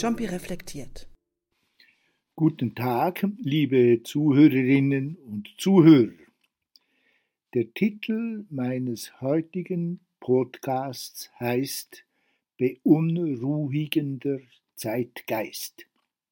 Jumpy reflektiert. Guten Tag, liebe Zuhörerinnen und Zuhörer. Der Titel meines heutigen Podcasts heißt Beunruhigender Zeitgeist.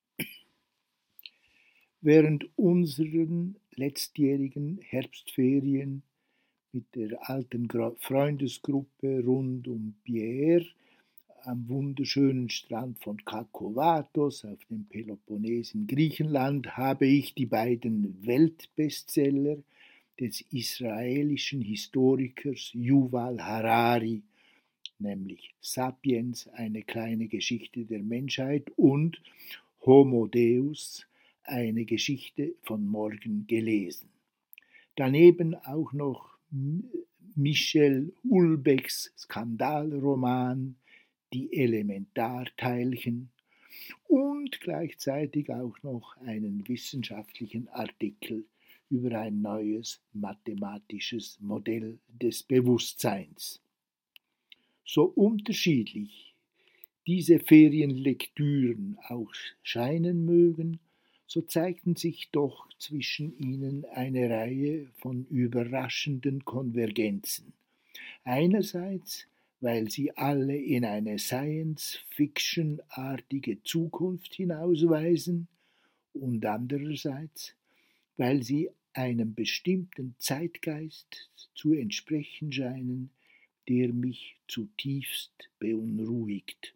Während unseren letztjährigen Herbstferien mit der alten Freundesgruppe rund um Pierre am wunderschönen Strand von Kakovatos auf dem Peloponnes in Griechenland habe ich die beiden Weltbestseller des israelischen Historikers Yuval Harari, nämlich Sapiens, eine kleine Geschichte der Menschheit und Homo Deus, eine Geschichte von morgen gelesen. Daneben auch noch Michel Houellebecqs Skandalroman Die Elementarteilchen und gleichzeitig auch noch einen wissenschaftlichen Artikel über ein neues mathematisches Modell des Bewusstseins. So unterschiedlich diese Ferienlektüren auch scheinen mögen, so zeigten sich doch zwischen ihnen eine Reihe von überraschenden Konvergenzen. Einerseits, weil sie alle in eine Science-Fiction-artige Zukunft hinausweisen und andererseits, weil sie einem bestimmten Zeitgeist zu entsprechen scheinen, der mich zutiefst beunruhigt.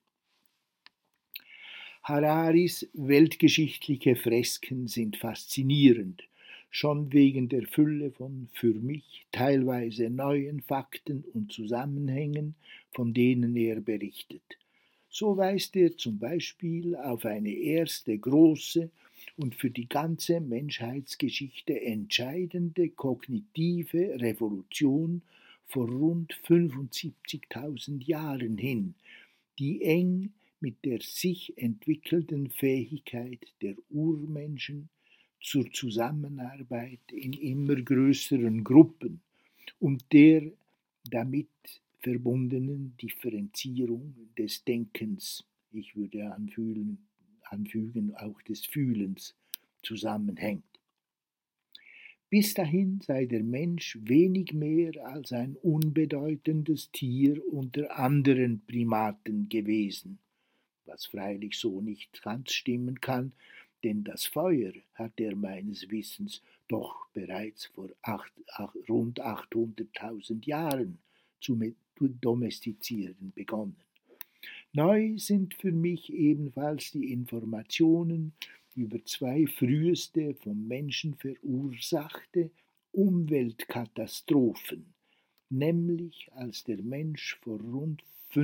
Hararis weltgeschichtliche Fresken sind faszinierend, schon wegen der Fülle von für mich teilweise neuen Fakten und Zusammenhängen, von denen er berichtet. So weist er zum Beispiel auf eine erste große und für die ganze Menschheitsgeschichte entscheidende kognitive Revolution vor rund 75.000 Jahren hin, die eng mit der sich entwickelnden Fähigkeit der Urmenschen zur Zusammenarbeit in immer größeren Gruppen und der damit verbundenen Differenzierung des Denkens, ich würde anfügen auch des Fühlens, zusammenhängt. Bis dahin sei der Mensch wenig mehr als ein unbedeutendes Tier unter anderen Primaten gewesen, was freilich so nicht ganz stimmen kann, denn das Feuer hat er meines Wissens doch bereits vor rund 800.000 Jahren zu domestizieren begonnen. Neu sind für mich ebenfalls die Informationen über zwei früheste vom Menschen verursachte Umweltkatastrophen, nämlich als der Mensch vor rund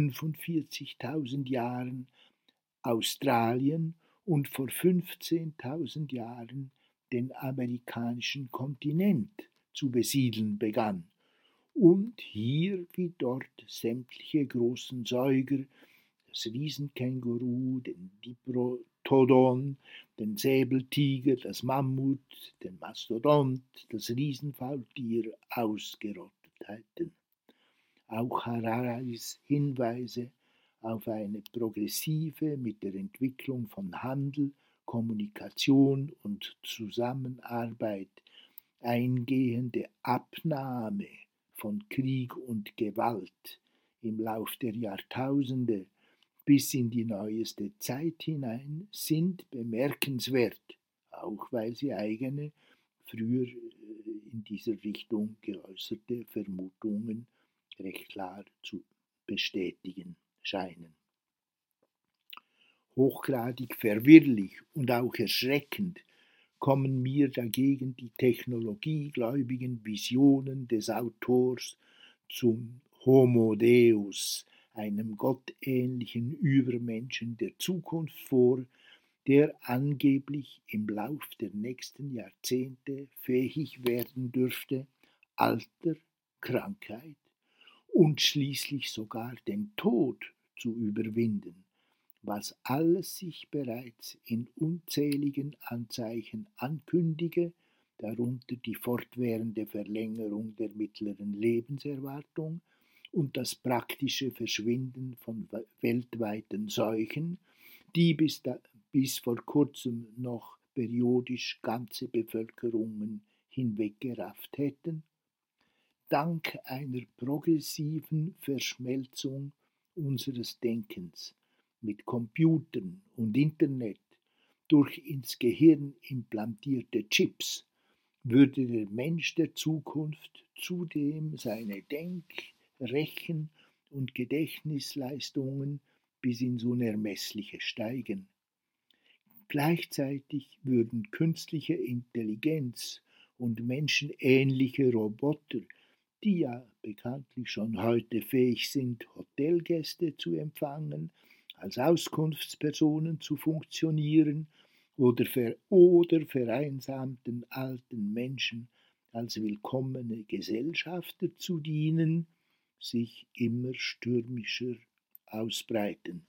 45.000 Jahren Australien und vor 15.000 Jahren den amerikanischen Kontinent zu besiedeln begann und hier wie dort sämtliche großen Säuger, das Riesenkänguru, den Diprotodon, den Säbeltiger, das Mammut, den Mastodont, das Riesenfaultier ausgerottet hätten. Auch Hararis Hinweise auf eine progressive mit der Entwicklung von Handel, Kommunikation und Zusammenarbeit eingehende Abnahme von Krieg und Gewalt im Lauf der Jahrtausende bis in die neueste Zeit hinein sind bemerkenswert, auch weil sie eigene, früher in dieser Richtung geäußerte Vermutungen recht klar zu bestätigen scheinen. Hochgradig verwirrlich und auch erschreckend kommen mir dagegen die technologiegläubigen Visionen des Autors zum Homo Deus, einem gottähnlichen Übermenschen der Zukunft vor, der angeblich im Lauf der nächsten Jahrzehnte fähig werden dürfte, Alter, Krankheit und schließlich sogar den Tod zu überwinden, was alles sich bereits in unzähligen Anzeichen ankündige, darunter die fortwährende Verlängerung der mittleren Lebenserwartung und das praktische Verschwinden von weltweiten Seuchen, die bis vor kurzem noch periodisch ganze Bevölkerungen hinweggerafft hätten, dank einer progressiven Verschmelzung unseres Denkens mit Computern und Internet durch ins Gehirn implantierte Chips würde der Mensch der Zukunft zudem seine Rechen- und Gedächtnisleistungen bis ins Unermessliche steigern. Gleichzeitig würden künstliche Intelligenz und menschenähnliche Roboter, die ja bekanntlich schon heute fähig sind, Hotelgäste zu empfangen, als Auskunftspersonen zu funktionieren oder vereinsamten alten Menschen als willkommene Gesellschafter zu dienen, sich immer stürmischer ausbreiten.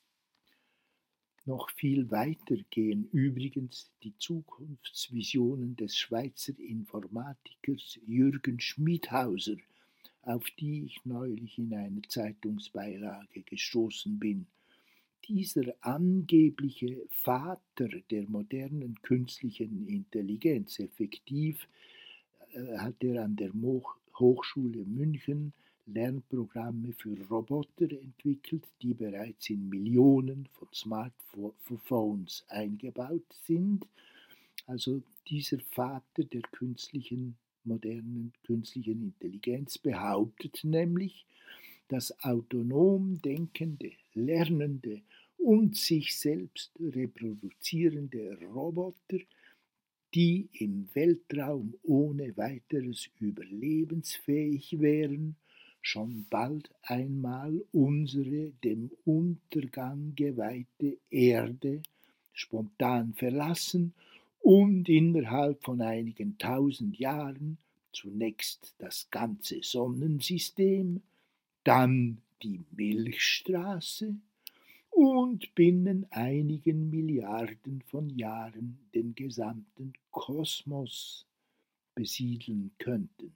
Noch viel weiter gehen übrigens die Zukunftsvisionen des Schweizer Informatikers Jürgen Schmidhauser, auf die ich neulich in einer Zeitungsbeilage gestoßen bin. Dieser angebliche Vater der modernen künstlichen Intelligenz, effektiv hat er an der Hochschule München Lernprogramme für Roboter entwickelt, die bereits in Millionen von Smartphones eingebaut sind. Also dieser Vater der modernen künstlichen Intelligenz behauptet nämlich, dass autonom denkende, lernende und sich selbst reproduzierende Roboter, die im Weltraum ohne weiteres überlebensfähig wären, schon bald einmal unsere dem Untergang geweihte Erde spontan verlassen und innerhalb von einigen tausend Jahren zunächst das ganze Sonnensystem, dann die Milchstraße und binnen einigen Milliarden von Jahren den gesamten Kosmos besiedeln könnten.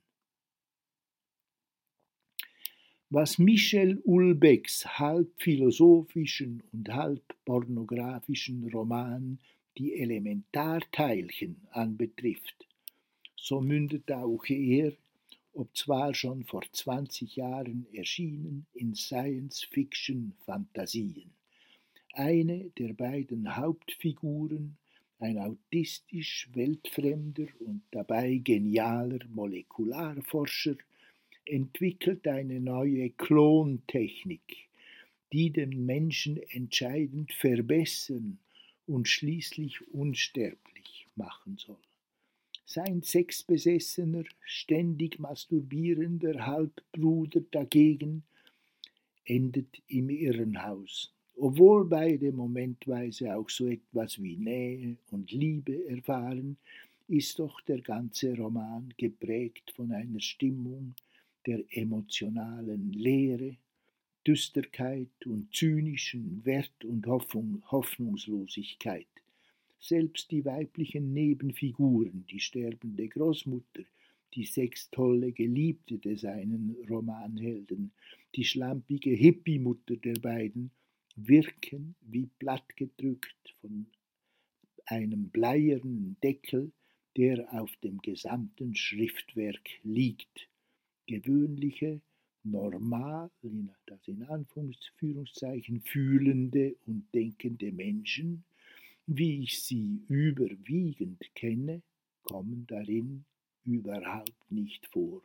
Was Michel Houellebecqs halb philosophischen und halb pornografischen Roman Die Elementarteilchen anbetrifft, so mündet auch er, obzwar schon vor 20 Jahren erschienen, in Science-Fiction-Fantasien. Eine der beiden Hauptfiguren, ein autistisch weltfremder und dabei genialer Molekularforscher, entwickelt eine neue Klontechnik, die den Menschen entscheidend verbessern und schließlich unsterblich machen soll. Sein sexbesessener, ständig masturbierender Halbbruder dagegen endet im Irrenhaus, obwohl beide momentweise auch so etwas wie Nähe und Liebe erfahren, ist doch der ganze Roman geprägt von einer Stimmung der emotionalen Leere, Düsterkeit und zynischen Wert- und Hoffnungslosigkeit. Selbst die weiblichen Nebenfiguren, die sterbende Großmutter, die sechstolle Geliebte des einen Romanhelden, die schlampige Hippie-Mutter der beiden, wirken wie plattgedrückt von einem bleiernen Deckel, der auf dem gesamten Schriftwerk liegt. Gewöhnliche, normal, das in Anführungszeichen, fühlende und denkende Menschen, wie ich sie überwiegend kenne, kommen darin überhaupt nicht vor.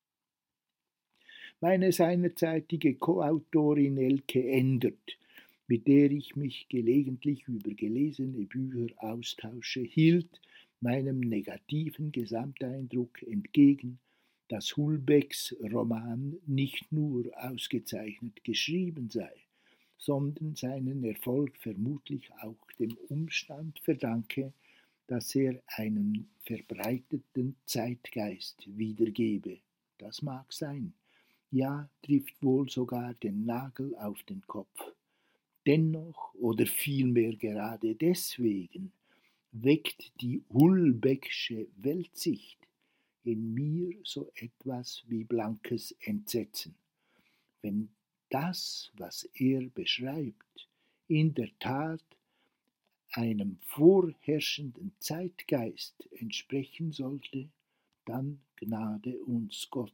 Meine seinerzeitige Co-Autorin Elke Endert, mit der ich mich gelegentlich über gelesene Bücher austausche, hielt meinem negativen Gesamteindruck entgegen, dass Houellebecqs Roman nicht nur ausgezeichnet geschrieben sei, sondern seinen Erfolg vermutlich auch dem Umstand verdanke, dass er einen verbreiteten Zeitgeist wiedergebe. Das mag sein, ja, trifft wohl sogar den Nagel auf den Kopf. Dennoch, oder vielmehr gerade deswegen, weckt die Houellebecqsche Weltsicht in mir so etwas wie blankes Entsetzen. Wenn das, was er beschreibt, in der Tat einem vorherrschenden Zeitgeist entsprechen sollte, dann gnade uns Gott.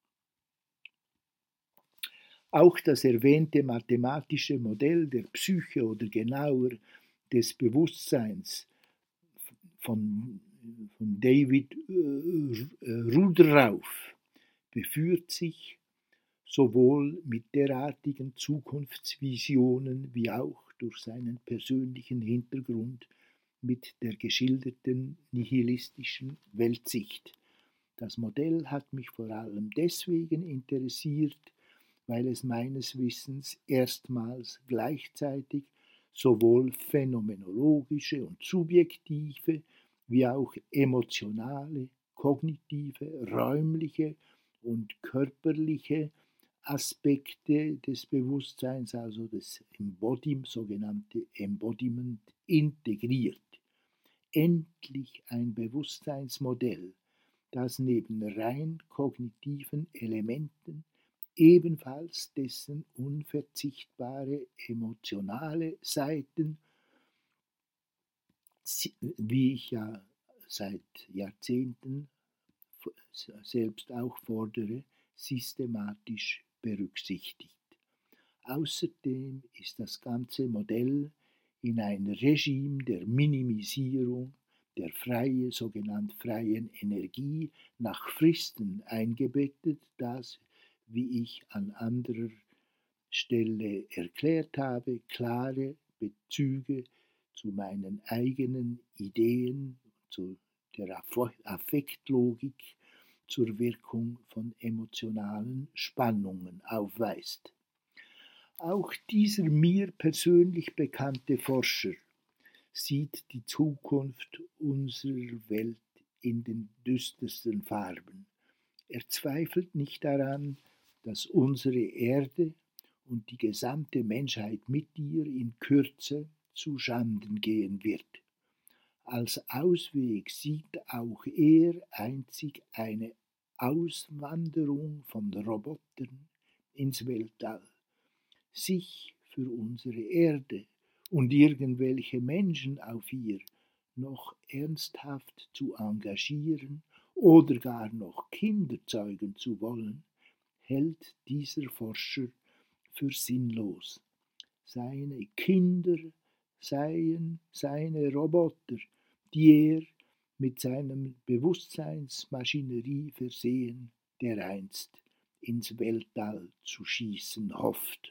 Auch das erwähnte mathematische Modell der Psyche oder genauer des Bewusstseins von David Ruderauf beführt sich sowohl mit derartigen Zukunftsvisionen wie auch durch seinen persönlichen Hintergrund mit der geschilderten nihilistischen Weltsicht. Das Modell hat mich vor allem deswegen interessiert, weil es meines Wissens erstmals gleichzeitig sowohl phänomenologische und subjektive wie auch emotionale, kognitive, räumliche und körperliche Aspekte des Bewusstseins, also des sogenannte Embodiment, integriert. Endlich ein Bewusstseinsmodell, das neben rein kognitiven Elementen ebenfalls dessen unverzichtbare emotionale Seiten, wie ich ja seit Jahrzehnten selbst auch fordere, systematisch berücksichtigt. Außerdem ist das ganze Modell in ein Regime der Minimisierung der sogenannten freien Energie nach Fristen eingebettet, das, wie ich an anderer Stelle erklärt habe, klare Bezüge zu meinen eigenen Ideen, zu der Affektlogik, zur Wirkung von emotionalen Spannungen aufweist. Auch dieser mir persönlich bekannte Forscher sieht die Zukunft unserer Welt in den düstersten Farben. Er zweifelt nicht daran, dass unsere Erde und die gesamte Menschheit mit ihr in Kürze zu Schanden gehen wird. Als Ausweg sieht auch er einzig eine Auswanderung von Robotern ins Weltall. Sich für unsere Erde und irgendwelche Menschen auf ihr noch ernsthaft zu engagieren oder gar noch Kinder zeugen zu wollen, hält dieser Forscher für sinnlos. Seine Kinder seien seine Roboter, die er mit seinem Bewusstseinsmaschinerie versehen, dereinst ins Weltall zu schießen hofft.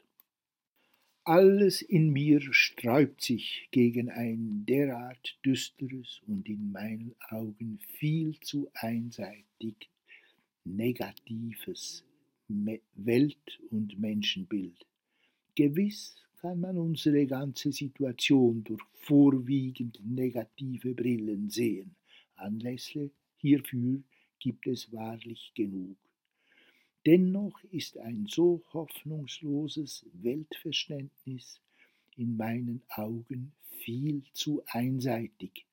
Alles in mir sträubt sich gegen ein derart düsteres und in meinen Augen viel zu einseitig negatives Welt- und Menschenbild. Gewiss kann man unsere ganze Situation durch vorwiegend negative Brillen sehen. Anlässe hierfür gibt es wahrlich genug. Dennoch ist ein so hoffnungsloses Weltverständnis in meinen Augen viel zu einseitig.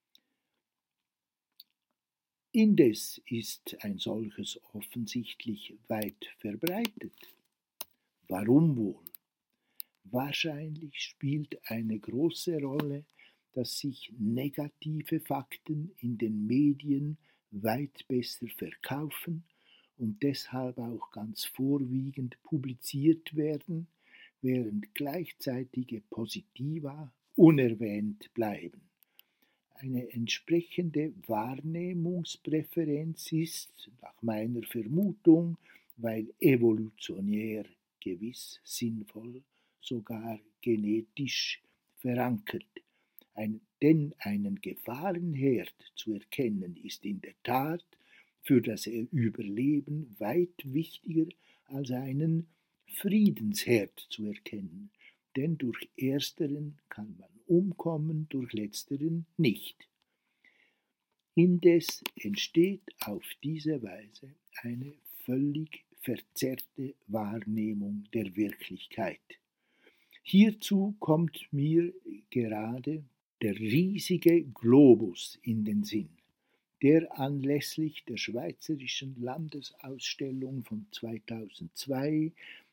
Indes ist ein solches offensichtlich weit verbreitet. Warum wohl? Wahrscheinlich spielt eine große Rolle, dass sich negative Fakten in den Medien weit besser verkaufen und deshalb auch ganz vorwiegend publiziert werden, während gleichzeitige Positiva unerwähnt bleiben. Eine entsprechende Wahrnehmungspräferenz ist, nach meiner Vermutung, weil evolutionär gewiss sinnvoll, sogar genetisch verankert. Denn einen Gefahrenherd zu erkennen ist in der Tat für das Überleben weit wichtiger als einen Friedensherd zu erkennen, denn durch ersteren kann man umkommen, durch letzteren nicht. Indes entsteht auf diese Weise eine völlig verzerrte Wahrnehmung der Wirklichkeit. Hierzu kommt mir gerade der riesige Globus in den Sinn, der anlässlich der Schweizerischen Landesausstellung von 2002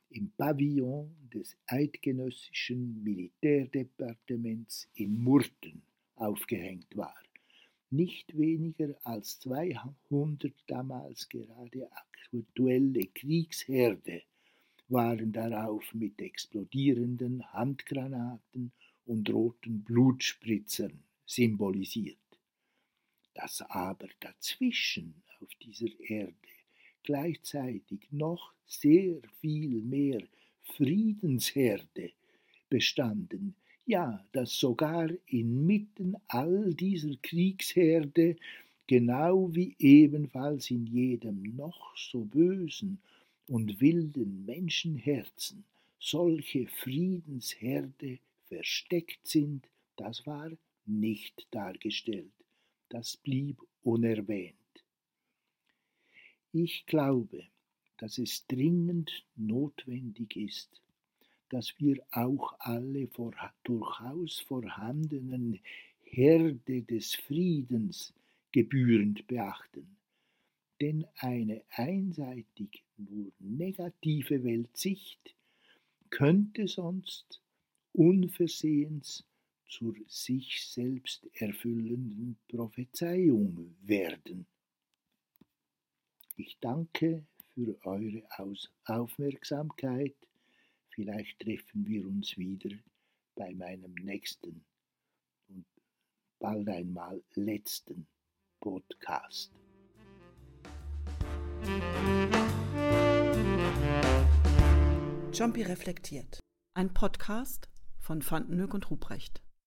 im Pavillon des Eidgenössischen Militärdepartements in Murten aufgehängt war. Nicht weniger als 200 damals gerade aktuelle Kriegsherde waren darauf mit explodierenden Handgranaten und roten Blutspritzern symbolisiert. Dass aber dazwischen auf dieser Erde gleichzeitig noch sehr viel mehr Friedensherde bestanden, ja, dass sogar inmitten all dieser Kriegsherde, genau wie ebenfalls in jedem noch so bösen und wilden Menschenherzen, solche Friedensherde versteckt sind, das war nicht dargestellt, das blieb unerwähnt. Ich glaube, dass es dringend notwendig ist, dass wir auch alle durchaus vorhandenen Herde des Friedens gebührend beachten. Denn eine einseitig nur negative Weltsicht könnte sonst unversehens zur sich selbst erfüllenden Prophezeiung werden. Ich danke für eure Aufmerksamkeit. Vielleicht treffen wir uns wieder bei meinem nächsten und bald einmal letzten Podcast. Jumpy reflektiert. Ein Podcast von Vandenhoek und Ruprecht.